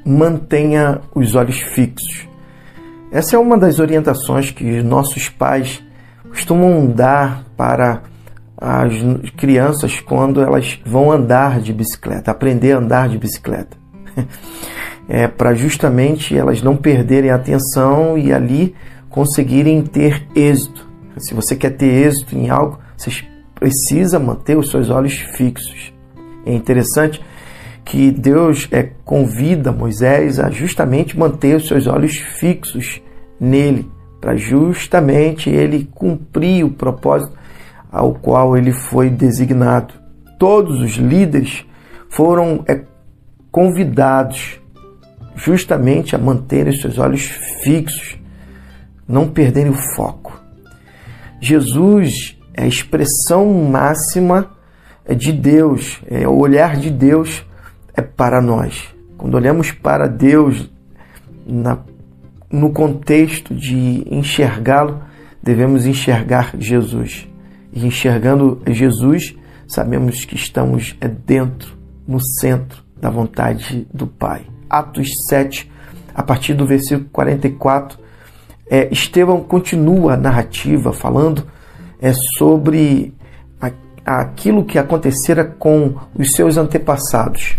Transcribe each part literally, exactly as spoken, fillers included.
mantenha os olhos fixos. Essa é uma das orientações que nossos pais costumam dar para as crianças quando elas vão andar de bicicleta, aprender a andar de bicicleta. É para justamente elas não perderem a atenção e ali conseguirem ter êxito. Se você quer ter êxito em algo, você precisa manter os seus olhos fixos. É interessante que Deus é, convida Moisés a justamente manter os seus olhos fixos nele, para justamente ele cumprir o propósito ao qual ele foi designado. Todos os líderes foram é, convidados justamente a manterem os seus olhos fixos, não perderem o foco. Jesus é a expressão máxima de Deus, é o olhar de Deus é para nós. Quando olhamos para Deus na, no contexto de enxergá-lo, devemos enxergar Jesus. E enxergando Jesus, sabemos que estamos dentro, no centro da vontade do Pai. Atos sete, a partir do versículo quarenta e quatro, é, Estevão continua a narrativa falando é, sobre a, aquilo que acontecera com os seus antepassados,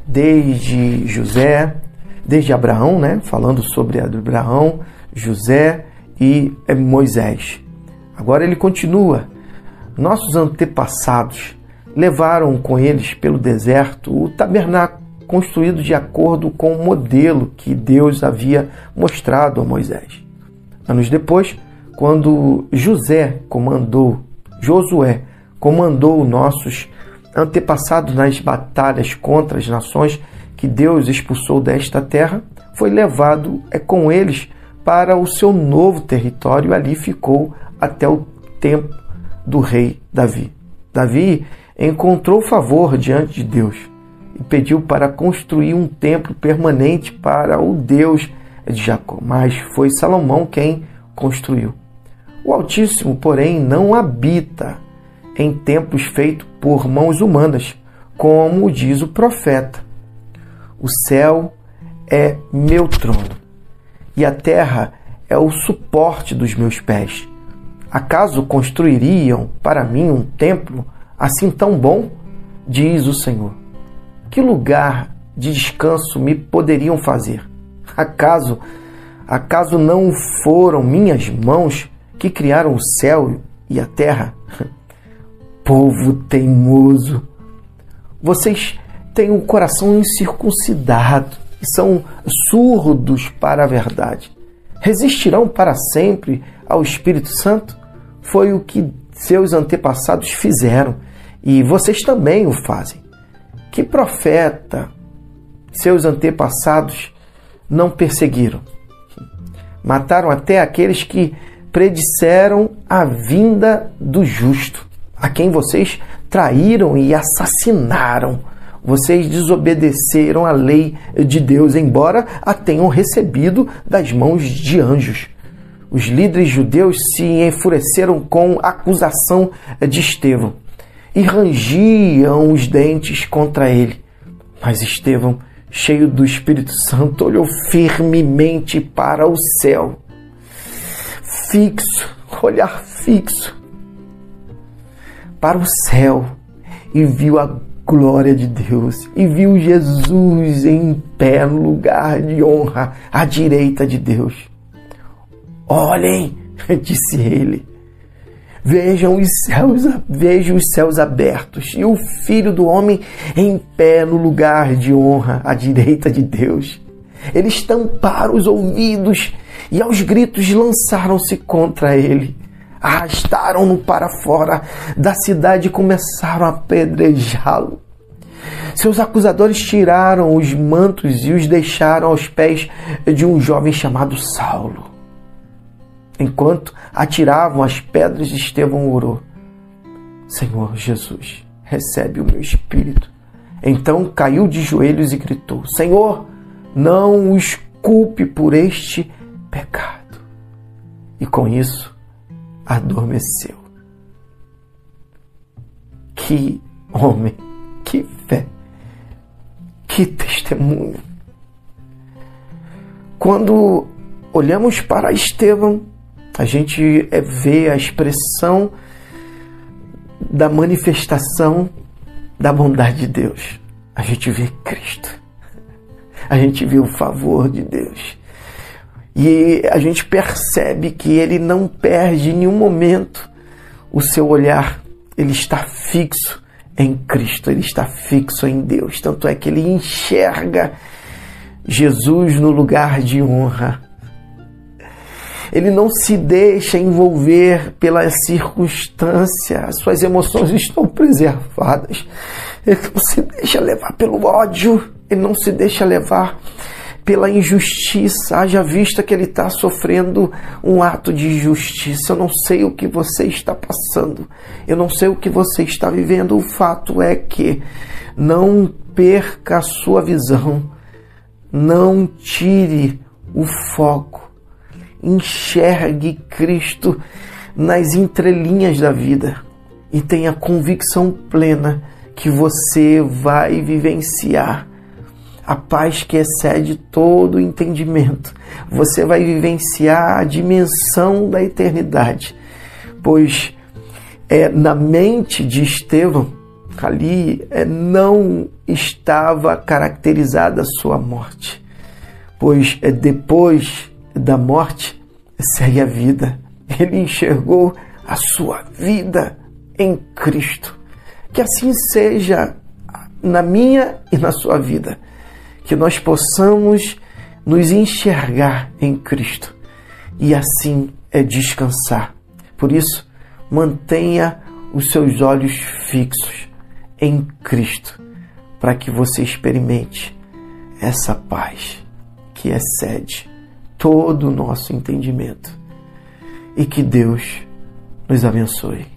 desde José, desde Abraão, né, falando sobre Abraão, José e é, Moisés. Agora ele continua. Nossos antepassados levaram com eles pelo deserto o tabernáculo construído de acordo com o modelo que Deus havia mostrado a Moisés. Anos depois, quando José comandou, Josué comandou nossos antepassados nas batalhas contra as nações que Deus expulsou desta terra, foi levado é, com eles para o seu novo território e ali ficou até o tempo do rei Davi. Davi encontrou favor diante de Deus e pediu para construir um templo permanente para o Deus de Jacó, mas foi Salomão quem construiu. O Altíssimo, porém, não habita em templos feitos por mãos humanas, como diz o profeta. O céu é meu trono e a terra é o suporte dos meus pés. Acaso construiriam para mim um templo assim tão bom? Diz o Senhor. Que lugar de descanso me poderiam fazer? Acaso, acaso não foram minhas mãos que criaram o céu e a terra? Povo teimoso, vocês têm um coração incircuncidado e são surdos para a verdade. Resistirão para sempre ao Espírito Santo? Foi o que seus antepassados fizeram e vocês também o fazem. Que profeta seus antepassados não perseguiram? Mataram até aqueles que predisseram a vinda do justo, a quem vocês traíram e assassinaram. Vocês desobedeceram a lei de Deus, embora a tenham recebido das mãos de anjos. Os líderes judeus se enfureceram com a acusação de Estevão e rangiam os dentes contra ele. Mas Estevão, cheio do Espírito Santo, olhou firmemente para o céu, fixo, olhar fixo para o céu, e viu a glória de Deus, e viu Jesus em pé no lugar de honra à direita de Deus. Olhem, disse ele, vejam os céus, vejam os céus abertos e o Filho do Homem em pé no lugar de honra à direita de Deus. Eles tamparam os ouvidos e aos gritos lançaram-se contra ele. Arrastaram-no para fora da cidade e começaram a apedrejá-lo. Seus acusadores tiraram os mantos e os deixaram aos pés de um jovem chamado Saulo. Enquanto atiravam as pedras, Estevão orou: Senhor Jesus, recebe o meu espírito. Então caiu de joelhos e gritou: Senhor, não os culpe por este pecado. E com isso, adormeceu. Que homem, que fé, que testemunho. quando olhamos para Estevão, a gente vê a expressão da manifestação da bondade de Deus. A gente vê Cristo. A gente vê o favor de Deus. E a gente percebe que ele não perde em nenhum momento o seu olhar. Ele está fixo em Cristo, ele está fixo em Deus. Tanto é que ele enxerga Jesus no lugar de honra. Ele não se deixa envolver pela circunstância, as suas emoções estão preservadas. Ele não se deixa levar pelo ódio, ele não se deixa levar pela injustiça. Haja vista que ele está sofrendo um ato de injustiça. Eu não sei o que você está passando, eu não sei o que você está vivendo. O fato é que não perca a sua visão, não tire o foco. Enxergue Cristo nas entrelinhas da vida e tenha convicção plena que você vai vivenciar a paz que excede todo o entendimento. Você vai vivenciar a dimensão da eternidade, pois é, na mente de Estevão, ali é, não estava caracterizada a sua morte, pois é, depois da morte segue a vida. Ele enxergou a sua vida em Cristo. Que assim seja na minha e na sua vida, que nós possamos nos enxergar em Cristo e assim é descansar. Por isso, mantenha os seus olhos fixos em Cristo, para que você experimente essa paz que excede todo o nosso entendimento. E que Deus nos abençoe.